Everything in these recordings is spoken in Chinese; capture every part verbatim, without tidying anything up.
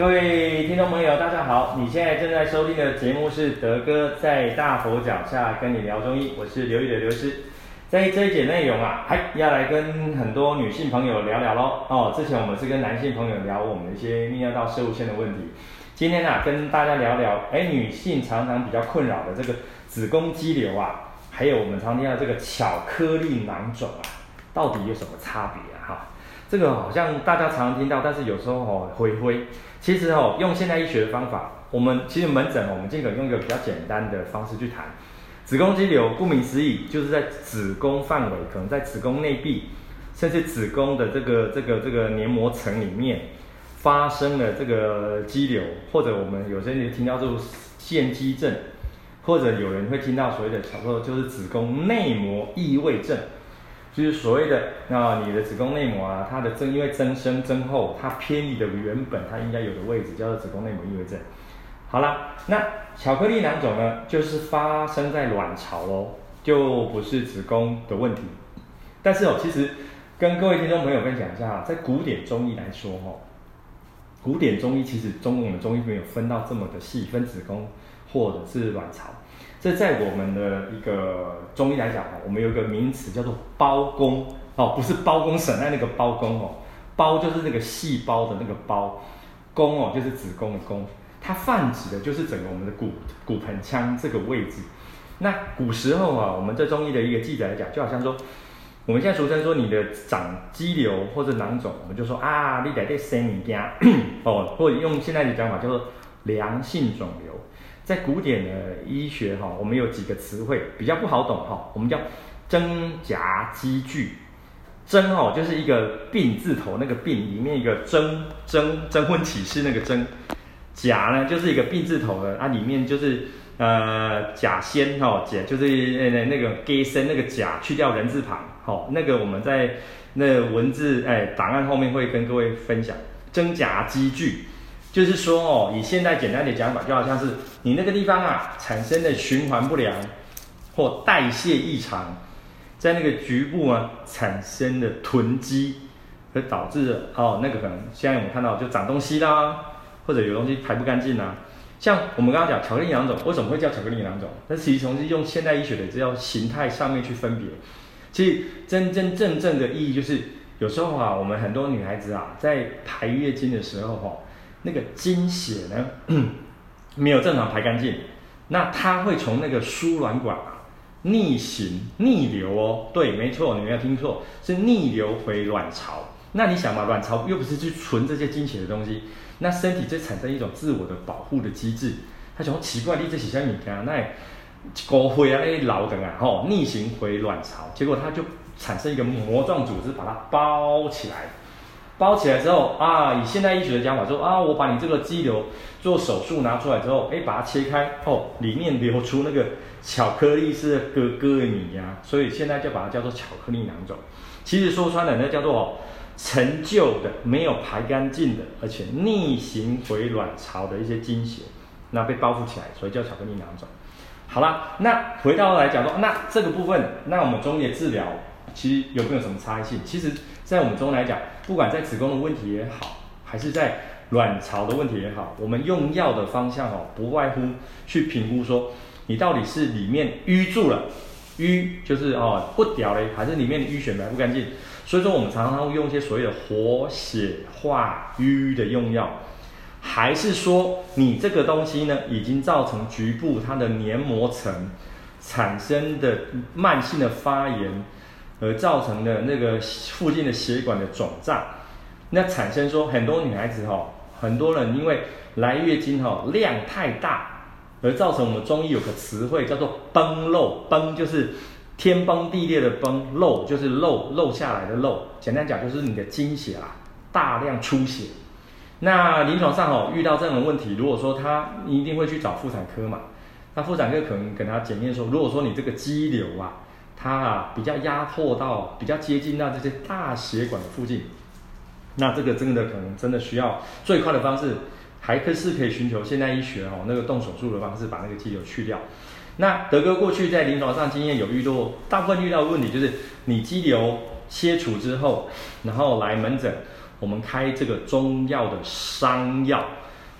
各位听众朋友，大家好！你现在正在收听的节目是德哥在大佛脚下跟你聊中医，我是刘玉的刘师。在这一节内容啊，还要来跟很多女性朋友聊聊咯。哦，之前我们是跟男性朋友聊我们的一些泌尿道射物线的问题，今天啊跟大家聊聊，哎，女性常常比较困扰的这个子宫肌瘤啊，还有我们常听到这个巧克力囊肿啊，到底有什么差别啊？哈，这个好像大家常常听到，但是有时候哦灰灰。其实哦，用现代医学的方法，我们其实门诊我们尽可用一个比较简单的方式去谈子宫肌瘤。顾名思义，就是在子宫范围，可能在子宫内壁，甚至子宫的这个这个这个黏膜层里面发生了这个肌瘤，或者我们有些人听到这种腺肌症，或者有人会听到所谓的叫做就是子宫内膜异位症。就是所谓的那你的子宫内膜啊，它的增因为增生增厚，它偏离的原本它应该有的位置，叫做子宫内膜异位症。好啦，那巧克力囊肿呢，就是发生在卵巢咯，就不是子宫的问题。但是哦，其实跟各位听众朋友分享一下，在古典中医来说哦，古典中医其实中我们中医没有分到这么的细，分子宫或者是卵巢。这在我们的一个中医来讲，我们有一个名词叫做胞宫哦，不是包公审案那个包公哦，胞就是那个细胞的那个胞，宫哦就是子宫的宫，它泛指的就是整个我们的骨骨盆腔这个位置。那古时候啊，我们在中医的一个记载来讲，就好像说，我们现在俗称说你的长肌瘤或者囊肿，我们就说啊，你在这生物件哦，或者用现在的讲法叫做良性肿瘤。在古典的医学哈，我们有几个词汇比较不好懂哈，我们叫真假积聚。真哦就是一个病字头那个病里面一个征征征婚启事那个征，假呢就是一个病字头的啊，里面就是呃假仙哈，假就是呃那个 gay 生那个假去掉人字旁，好，那个我们在那文字哎档案后面会跟各位分享真假积聚。就是说哦，以现在简单的讲法，就好像是你那个地方啊产生的循环不良或代谢异常，在那个局部啊产生的囤积，而导致哦那个可能现在我们看到就长东西啦，或者有东西排不干净啦。像我们刚刚讲巧克力囊肿，为什么会叫巧克力囊肿？那其实从是用现代医学的这叫形态上面去分别。其实真真正正的意义就是，有时候啊，我们很多女孩子啊在排月经的时候哈、哦。那个经血呢没有正常排干净，那它会从那个输卵管啊逆行逆流哦，对，没错，你没有听错，是逆流回卵巢。那你想嘛，卵巢又不是去存这些经血的东西，那身体就产生一种自我的保护的机制。他想奇怪，你这是什么物件？那骨灰啊，那老等啊，吼逆行回卵巢，结果它就产生一个膜状组织把它包起来。包起来之后啊，以现代医学的讲法说啊，我把你这个肌瘤做手术拿出来之后，哎，把它切开哦，里面流出那个巧克力式的哥哥的米呀、啊，所以现在就把它叫做巧克力囊肿。其实说穿了，那叫做哦陈旧的、没有排干净的，而且逆行回卵巢的一些经血，那被包覆起来，所以叫巧克力囊肿。好啦，那回到来讲说，那这个部分，那我们中医的治疗其实有没有什么差异性？其实，在我们中医来讲，不管在子宫的问题也好，还是在卵巢的问题也好，我们用药的方向哦，不外乎去评估说，你到底是里面淤住了，淤就是哦不掉嘞，还是里面的淤血排不干净？所以说，我们常常会用一些所谓的活血化瘀的用药，还是说你这个东西呢，已经造成局部它的黏膜层产生的慢性的发炎。而造成的那个附近的血管的肿胀，那产生说很多女孩子哈、哦，很多人因为来月经哈、哦、量太大，而造成我们中医有个词汇叫做崩漏，崩就是天崩地裂的崩，漏就是漏漏下来的漏，简单讲就是你的经血啊大量出血。那临床上哦遇到这种问题，如果说他你一定会去找妇产科嘛，那妇产科可能跟他检验说，如果说你这个肌瘤啊。它啊比较压迫到比较接近到这些大血管的附近，那这个真的可能真的需要最快的方式，还可是可以寻求现代医学哦那个动手术的方式把那个肌瘤去掉。那德哥过去在临床上经验有遇到，大部分遇到的问题就是你肌瘤切除之后，然后来门诊，我们开这个中药的伤药，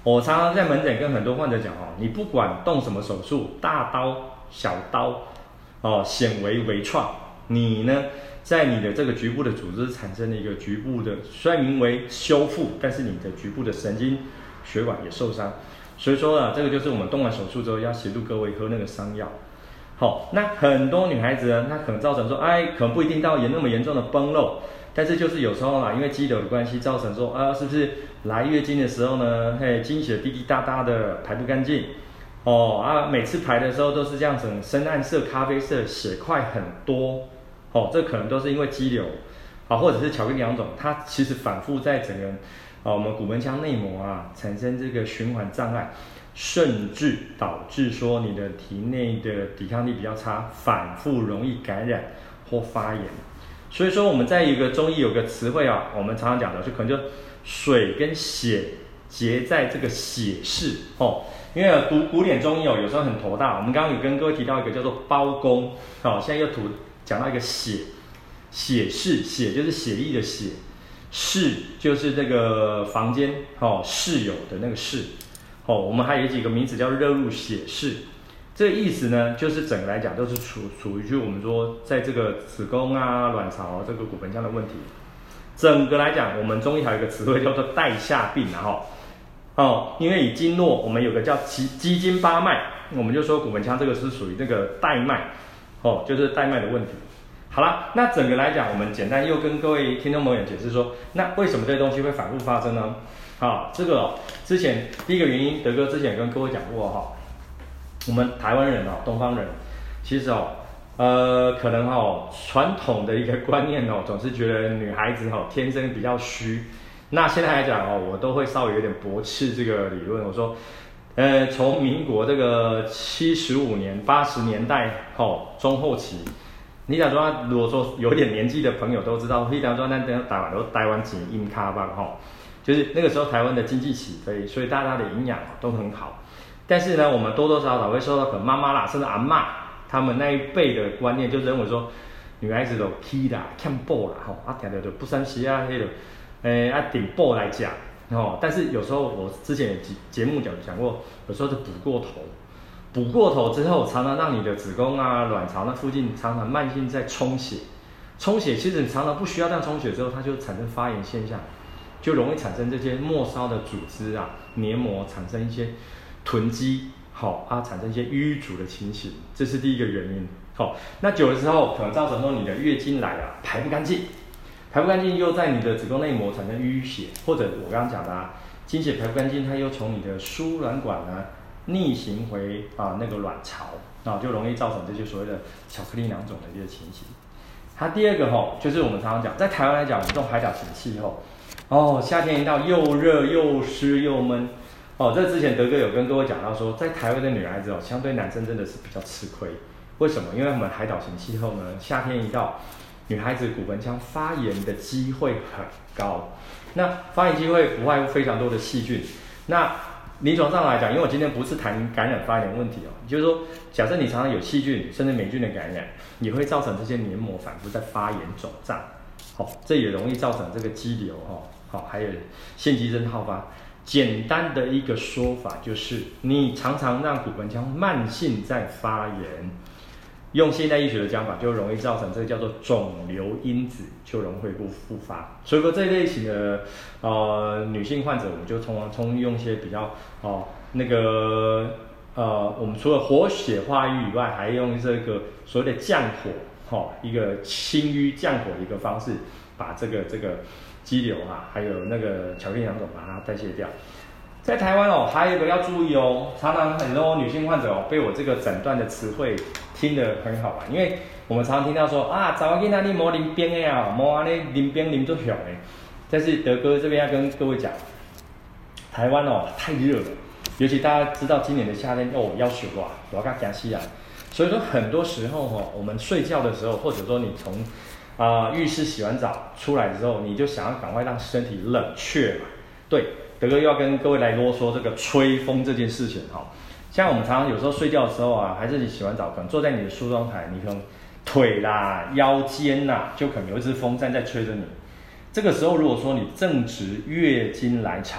我常常在门诊跟很多患者讲哦，你不管动什么手术，大刀、小刀，哦，显微微创，你呢，在你的这个局部的组织产生了一个局部的，虽然名为修复，但是你的局部的神经血管也受伤。所以说啊，这个就是我们动完手术之后要协助各位喝那个伤药。好，那很多女孩子呢，她可能造成说，哎，可能不一定到严那么严重的崩漏，但是就是有时候啊，因为肌瘤的关系，造成说啊，是不是来月经的时候呢，嘿，经血滴滴答答的排不干净，哦啊，每次排的时候都是这样子，深暗色、咖啡色，血块很多，哦，这可能都是因为肌瘤，啊，或者是巧克力囊肿，它其实反复在整个啊我们骨盆腔内膜啊产生这个循环障碍。甚至导致说你的体内的抵抗力比较差，反复容易感染或发炎。所以说我们在一个中医有个词汇啊，我们常常讲的就可能就水跟血结在这个血室哦。因为读古典中医哦，有时候很头大。我们刚刚有跟各位提到一个叫做包公，哦，现在又图讲到一个血血室，血就是血液的血，室就是这个房间哦，室友的那个室。哦，我们还有几个名词叫热入血室，这个意思呢，就是整个来讲都是属属于就我们说在这个子宫啊、卵巢这个骨盆腔的问题。整个来讲，我们中医还有一个词汇叫做带下病，然后哦，因为以经络，我们有个叫奇奇经八脉，我们就说骨盆腔这个是属于这个带脉，哦，就是带脉的问题。好了，那整个来讲，我们简单又跟各位听众朋友解释说，那为什么这些东西会反复发生呢？好，这个哦，之前第一个原因，德哥之前跟各位讲过哈、哦，我们台湾人哦，东方人，其实哦，呃，可能哦，传统的一个观念哦，总是觉得女孩子哦天生比较虚。那现在来讲哦，我都会稍微有点驳斥这个理论。我说，呃，从民国这个七十五年、八十年代哦中后期，你假说如果说有点年纪的朋友都知道，你假说那等台湾都台湾几阴咖吧哈。就是那个时候台湾的经济起飞，所以大家的营养都很好。但是呢，我们多多少少会受到可能妈妈啦，甚至阿嬷他们那一辈的观念，就认为说女孩子都劈啦、看补啦，吼啊，听到就不三时啊，迄个诶啊顶补来讲，哦。但是有时候我之前节节目讲讲过，有时候就补过头，补过头之后，常常让你的子宫啊、卵巢那附近常常慢性在充血，充血其实你常常不需要这样充血之后，它就产生发炎现象。就容易产生这些末梢的组织啊、黏膜产生一些囤积，好、哦、啊，产生一些淤阻的情形，这是第一个原因。好、哦，那久了之后，可能造成说你的月经来啊排不干净，排不干净又在你的子宫内膜产生淤血，或者我刚刚讲的啊，经血排不干净，它又从你的输卵管呢逆行回啊那个卵巢，啊就容易造成这些所谓的巧克力囊肿的一些情形。它第二个哈、哦，就是我们常常讲，在台湾来讲，我们这种海岛型气候。哦，夏天一到又热又湿又闷，哦，这之前德哥有跟各位讲到说，在台湾的女孩子哦，相对男生真的是比较吃亏。为什么？因为我们海岛型气候呢，夏天一到，女孩子骨盆腔发炎的机会很高。那发炎机会不外乎非常多的细菌。那临床上来讲，因为我今天不是谈感染发炎问题哦，就是说，假设你常常有细菌甚至霉菌的感染，也会造成这些黏膜反复在发炎肿胀。好、哦，这也容易造成这个肌瘤哈。哦好，还有腺肌症好发。简单的一个说法就是，你常常让骨盆腔慢性在发炎，用现代医学的讲法，就容易造成这个叫做肿瘤因子，就容易会复发。所以说这一类型的呃女性患者，我们就通常通用一些比较哦那个呃，我们除了活血化瘀以外，还用这个所谓的降火，哈、哦，一个清瘀降火的一个方式，把这个这个。肌瘤啊，还有那个巧克力囊肿把它代谢掉。在台湾哦，还有一个要注意哦，常常很多女性患者哦，被我这个诊断的词汇听得很好玩，因为我们常常听到说啊，早起那你莫淋冰的啊，莫安尼淋冰淋做凶的。但是德哥这边要跟各位讲，台湾哦太热了，尤其大家知道今年的夏天哦要求哇，我要加西啊，所以说很多时候哦，我们睡觉的时候，或者说你从啊、呃，浴室洗完澡出来之后，你就想要赶快让身体冷却嘛。对，德哥又要跟各位来啰嗦这个吹风这件事情哈。像我们常常有时候睡觉的时候啊，还是你洗完澡，可能坐在你的梳妆台，你可能腿啦、腰间呐，就可能有一只风扇在吹着你。这个时候，如果说你正值月经来潮，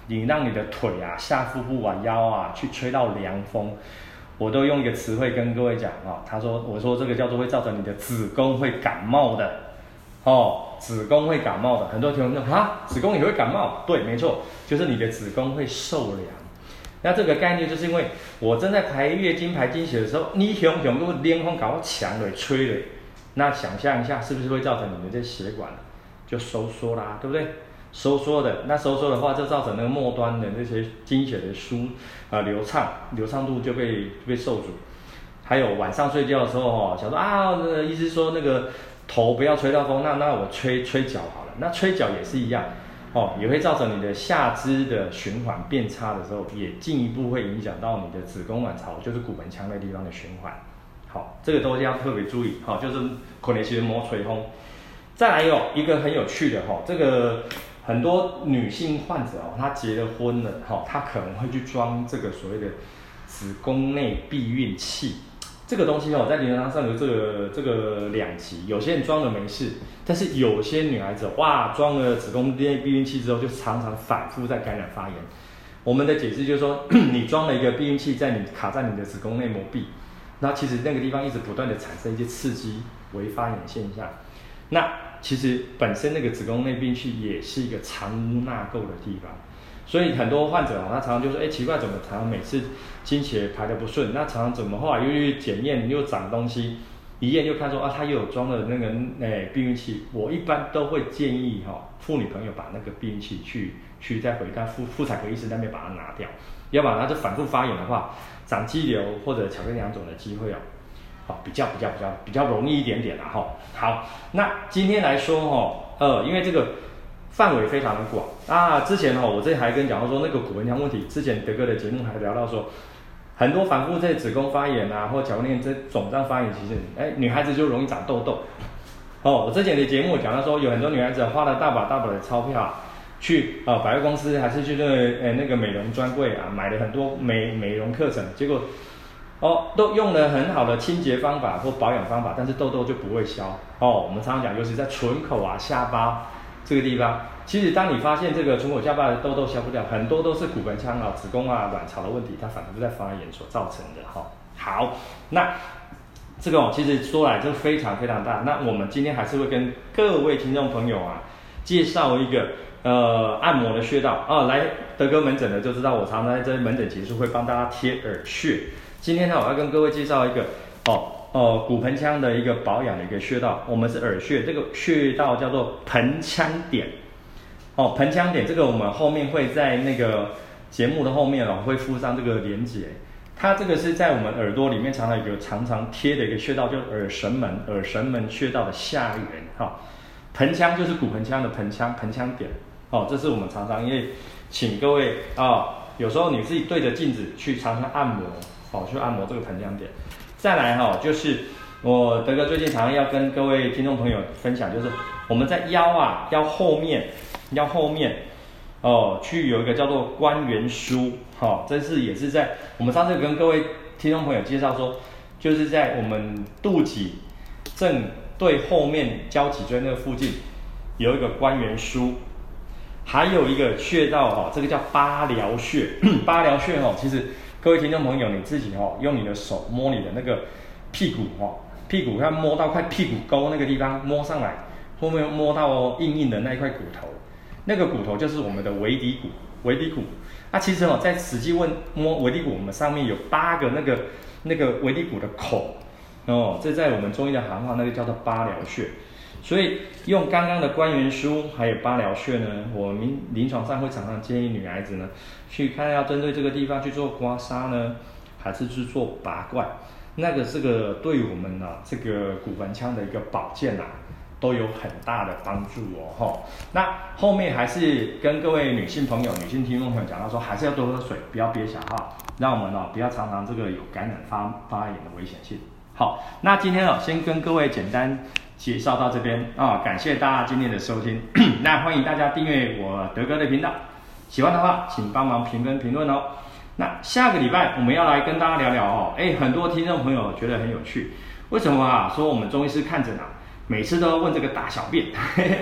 你让你的腿啊、下腹部啊、腰啊去吹到凉风，我都用一个词汇跟各位讲啊，他说我说这个叫做会造成你的子宫会感冒的哦，子宫会感冒的，很多听众说啊，子宫也会感冒，对，没错，就是你的子宫会受凉。那这个概念就是因为我正在排月经、排经血的时候，你熊熊都连风搞到强了、吹了，那想象一下，是不是会造成你的这血管就收缩啦，对不对？收缩的，那收缩的话，就造成那个末端的这些经血的输啊流畅，流畅度就被就被受阻。还有晚上睡觉的时候哦，想说啊，呃、意思说那个头不要吹到风，那那我吹吹脚好了，那吹脚也是一样。哦，也会造成你的下肢的循环变差的时候，也进一步会影响到你的子宫卵巢，就是骨盆腔那地方的循环。好，这个都要特别注意。好，就是可能其实磨吹风。再来有一个很有趣的哈，这个很多女性患者哦，她结了婚了哈，她可能会去装这个所谓的子宫内避孕器。这个东西哦，在临床上有这个这个两极，有些人装了没事，但是有些女孩子哇，装了子宫内避孕器之后，就常常反复在感染发炎。我们的解释就是说，你装了一个避孕器在你卡在你的子宫内膜壁，那其实那个地方一直不断的产生一些刺激微发炎现象。那其实本身那个子宫内避孕器也是一个藏污纳垢的地方。所以很多患者他常常就说，哎，奇怪，怎么常常每次经血排得不顺？那常常怎么后来又去检验又长东西，一验就看说啊，他又有装了那个诶避孕器。我一般都会建议哈、哦，妇女朋友把那个避孕器去去再回看妇妇产科医师那边把它拿掉，要不然它就反复发炎的话，长肌瘤或者巧克力囊肿的机会哦，好、哦、比较比较比较比较容易一点点啦哈、哦。好，那今天来说哈、哦，呃，因为这个。范围非常的广啊！之前哦，我这还跟讲到说那个骨盆腔问题，之前德哥的节目还聊到说，很多反复在子宫发炎啊，或巧克力这肿胀发炎，其实哎，女孩子就容易长痘痘。哦，我之前的节目讲到说，有很多女孩子花了大把大把的钞票啊，去呃百货公司还是去那个呃那个美容专柜啊，买了很多美美容课程，结果哦都用了很好的清洁方法或保养方法，但是痘痘就不会消。哦，我们常常讲，尤其在唇口啊、下巴。这个地方，其实当你发现这个唇口下巴的痘痘消不掉，很多都是骨盆腔啊、子宫啊、卵巢的问题，它反复在发炎所造成的哈。好，那这个哦，其实说来就非常非常大。那我们今天还是会跟各位听众朋友啊，介绍一个呃按摩的穴道啊。来德哥门诊的就知道，我常常在这门诊结束会帮大家贴耳穴。今天呢，我要跟各位介绍一个哦。哦，骨盆腔的一个保养的一个穴道，我们是耳穴，这个穴道叫做盆腔点。哦，盆腔点这个我们后面会在那个节目的后面哦，会附上这个连结。它这个是在我们耳朵里面常常有一个常常贴的一个穴道，就是耳神门，耳神门穴道的下缘。哈、哦，盆腔就是骨盆腔的盆腔，盆腔点。哦，这是我们常常因为请各位啊、哦，有时候你自己对着镜子去常常按摩，哦，去按摩这个盆腔点。再来哈、哦，就是我德哥最近常常要跟各位听众朋友分享，就是我们在腰啊、腰后面、腰后面哦，去有一个叫做关元枢，哈、哦，这是也是在我们上次跟各位听众朋友介绍说，就是在我们肚脐正对后面交脊椎那个附近有一个关元枢，还有一个穴道哈、哦，这个叫八髎穴，八髎穴哦，其实。各位听众朋友，你自己哦，用你的手摸你的那个屁股哦，屁股要摸到快屁股沟那个地方摸上来，后面摸到硬硬的那一块骨头，那个骨头就是我们的尾骶骨，尾骶骨。啊，其实哦，在实际问摸尾骶骨，我们上面有八个那个那个尾骶骨的孔哦，这在我们中医的行话那个叫做八髎穴。所以用刚刚的关元枢还有八髎穴呢，我们临床上会常常建议女孩子呢，去看要针对这个地方去做刮痧呢，还是去做拔罐，那个这个对我们啊这个骨盆腔的一个保健啊，都有很大的帮助哦吼。那后面还是跟各位女性朋友、女性听众朋友讲到说，还是要多喝水，不要憋小哈，让我们哦不要常常这个有感染发发炎的危险性。好，那今天哦先跟各位简单介绍到这边啊，感谢大家今天的收听。那欢迎大家订阅我德哥的频道，喜欢的话请帮忙评分评论哦。那下个礼拜我们要来跟大家聊聊哦，哎，很多听众朋友觉得很有趣，为什么啊？说我们中医师看诊啊，每次都要问这个大小便，嘿嘿，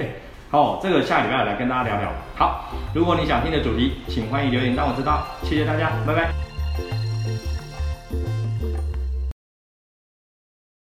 好，这个下礼拜来跟大家聊聊。好，如果你想听的主题，请欢迎留言让我知道，谢谢大家，拜拜。